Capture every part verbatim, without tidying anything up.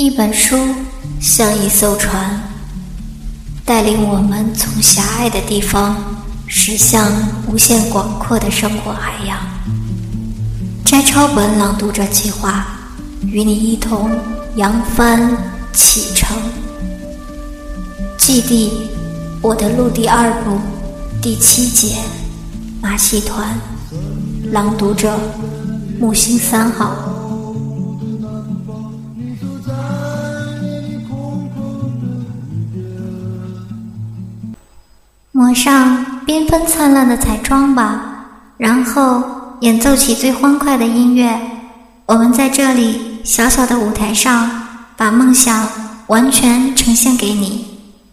一本书像一艘船，带领我们从狭隘的地方驶向无限广阔的生活海洋。摘抄本朗读者计划与你一同扬帆启程。基地，我的路第二部第七节，马戏团。朗读者木星三号。抹上缤纷灿烂的彩妆吧，然后演奏起最欢快的音乐。我们在这里小小的舞台上，把梦想完全呈现给你。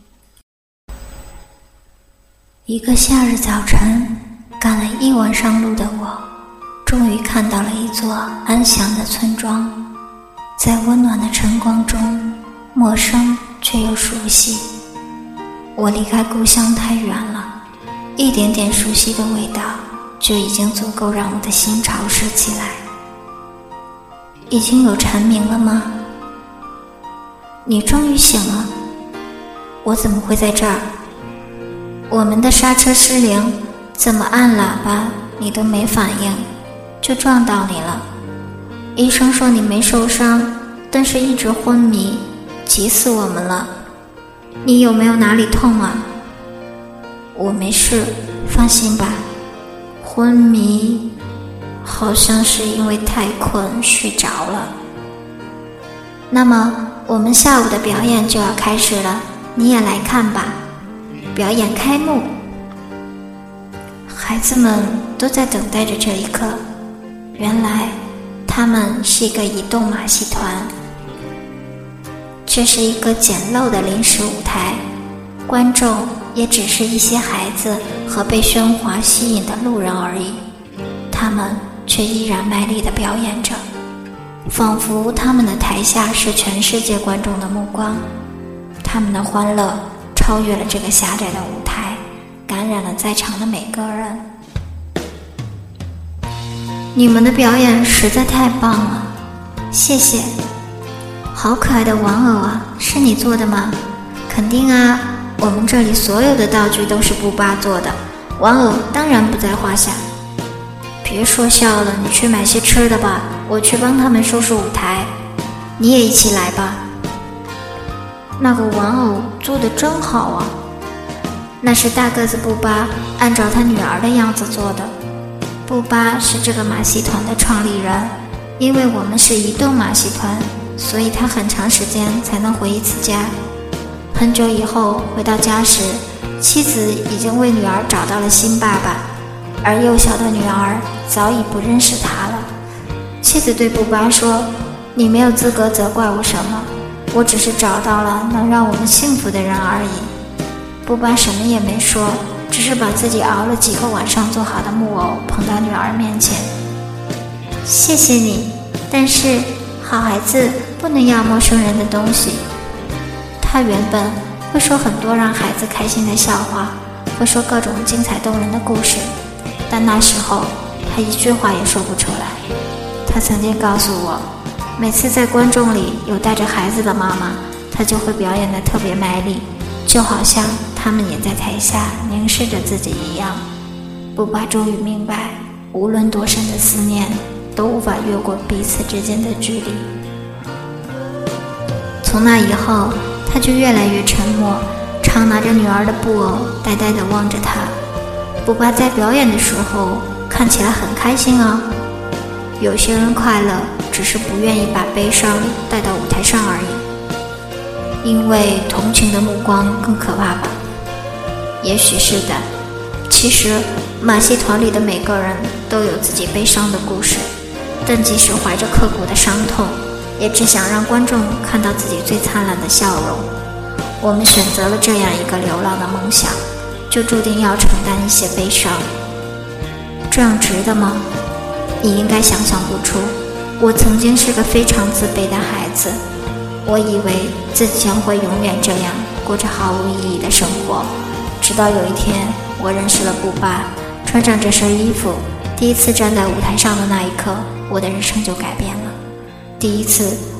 一个夏日早晨，赶了一晚上路的我，终于看到了一座安详的村庄。在温暖的晨光中，陌生却又熟悉。我离开故乡太远了，一点点熟悉的味道就已经足够让我的心潮湿起来。已经有蝉鸣了吗？你终于醒了。我怎么会在这儿？我们的刹车失灵，怎么按喇叭你都没反应，就撞到你了。医生说你没受伤，但是一直昏迷，急死我们了。你有没有哪里痛啊？我没事，放心吧。昏迷好像是因为太困睡着了。那么我们下午的表演就要开始了，你也来看吧。表演开幕。孩子们都在等待着这一刻，原来他们是一个移动马戏团。这是一个简陋的临时舞台，观众也只是一些孩子和被喧哗吸引的路人而已，他们却依然卖力地表演着，仿佛他们的台下是全世界观众的目光。他们的欢乐超越了这个狭窄的舞台，感染了在场的每个人。你们的表演实在太棒了，谢谢。好可爱的玩偶啊，是你做的吗？肯定啊，我们这里所有的道具都是布巴做的，玩偶当然不在话下。别说笑了，你去买些吃的吧，我去帮他们收拾舞台。你也一起来吧。那个玩偶做得真好啊，那是大个子布巴按照他女儿的样子做的。布巴是这个马戏团的创立人，因为我们是移动马戏团，所以他很长时间才能回一次家。很久以后回到家时，妻子已经为女儿找到了新爸爸，而幼小的女儿早已不认识他了。妻子对布巴说，你没有资格责怪我什么，我只是找到了能让我们幸福的人而已。布巴什么也没说，只是把自己熬了几个晚上做好的木偶捧到女儿面前。谢谢你，但是好孩子不能要陌生人的东西。他原本会说很多让孩子开心的笑话，会说各种精彩动人的故事，但那时候他一句话也说不出来。他曾经告诉我，每次在观众里有带着孩子的妈妈，他就会表演得特别卖力，就好像他们也在台下凝视着自己一样。布巴终于明白，无论多深的思念都无法越过彼此之间的距离。从那以后，他就越来越沉默，常拿着女儿的布偶呆呆地望着她。布巴在表演的时候看起来很开心啊。有些人快乐只是不愿意把悲伤带到舞台上而已，因为同情的目光更可怕吧。也许是的，其实马戏团里的每个人都有自己悲伤的故事，但即使怀着刻骨的伤痛，也只想让观众看到自己最灿烂的笑容。我们选择了这样一个流浪的梦想，就注定要承担一些悲伤。这样值得吗？你应该想象不出，我曾经是个非常自卑的孩子，我以为自己将会永远这样过着毫无意义的生活，直到有一天我认识了布巴，穿上这身衣服，第一次站在舞台上的那一刻，我的人生就改变了。第一次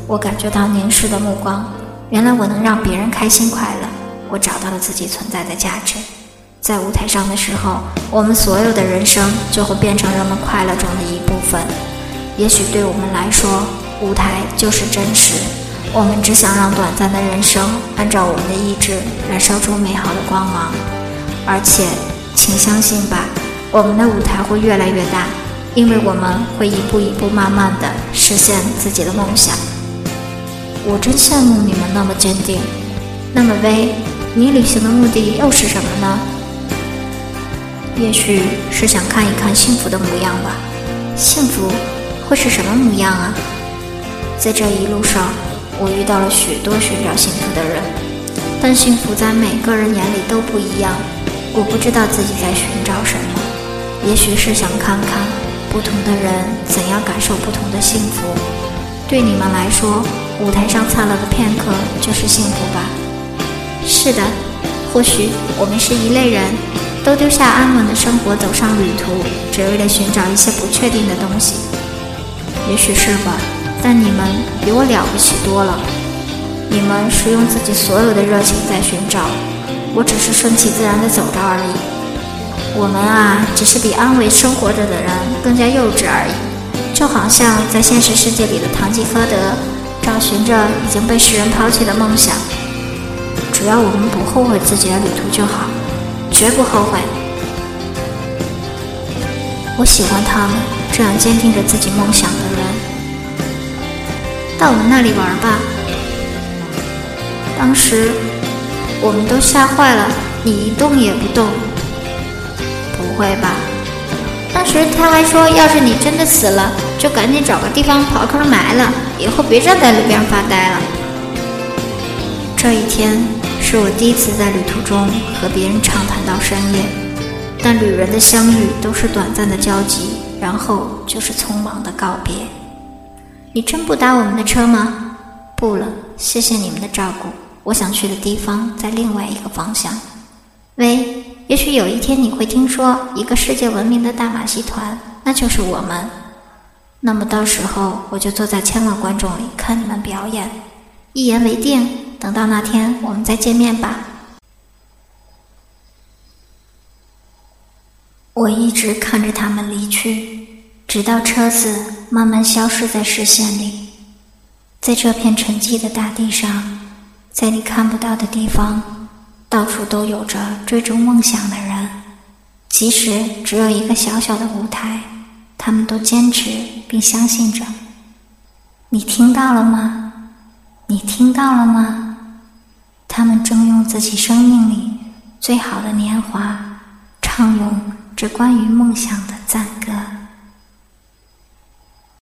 我感觉到凝视的目光，原来我能让别人开心快乐，我找到了自己存在的价值。在舞台上的时候，我们所有的人生就会变成人们快乐中的一部分。也许对我们来说，舞台就是真实，我们只想让短暂的人生按照我们的意志燃烧出美好的光芒。而且请相信吧，我们的舞台会越来越大，因为我们会一步一步慢慢地实现自己的梦想。我真羡慕你们那么坚定。那么薇，你旅行的目的又是什么呢？也许是想看一看幸福的模样吧。幸福会是什么模样啊？在这一路上，我遇到了许多寻找幸福的人，但幸福在每个人眼里都不一样。我不知道自己在寻找什么，也许是想看看不同的人怎样感受不同的幸福。对你们来说，舞台上灿烂的片刻就是幸福吧？是的，或许我们是一类人，都丢下安稳的生活走上旅途，只为了寻找一些不确定的东西。也许是吧，但你们比我了不起多了。你们是用自己所有的热情在寻找，我只是顺其自然地走着而已。我们啊，只是比安稳生活着的人更加幼稚而已。就好像在现实世界里的堂吉诃德，找寻着已经被世人抛弃的梦想。只要我们不后悔自己的旅途就好，绝不后悔。我喜欢他们这样坚定着自己梦想的人。到我们那里玩吧。当时我们都吓坏了，你一动也不动。不会吧？当时他还说，要是你真的死了，就赶紧找个地方刨坑埋了，以后别站在路边发呆了。这一天是我第一次在旅途中和别人畅谈到深夜，但旅人的相遇都是短暂的交集，然后就是匆忙的告别。你真不搭我们的车吗？不了，谢谢你们的照顾，我想去的地方在另外一个方向。喂，也许有一天你会听说一个世界闻名的大马戏团，那就是我们。那么到时候我就坐在千万观众里看你们表演，一言为定，等到那天我们再见面吧。我一直看着他们离去，直到车子慢慢消失在视线里。在这片沉寂的大地上，在你看不到的地方，到处都有着追逐梦想的人。即使只有一个小小的舞台，他们都坚持并相信着。你听到了吗？你听到了吗？他们正用自己生命里最好的年华，唱咏这关于梦想的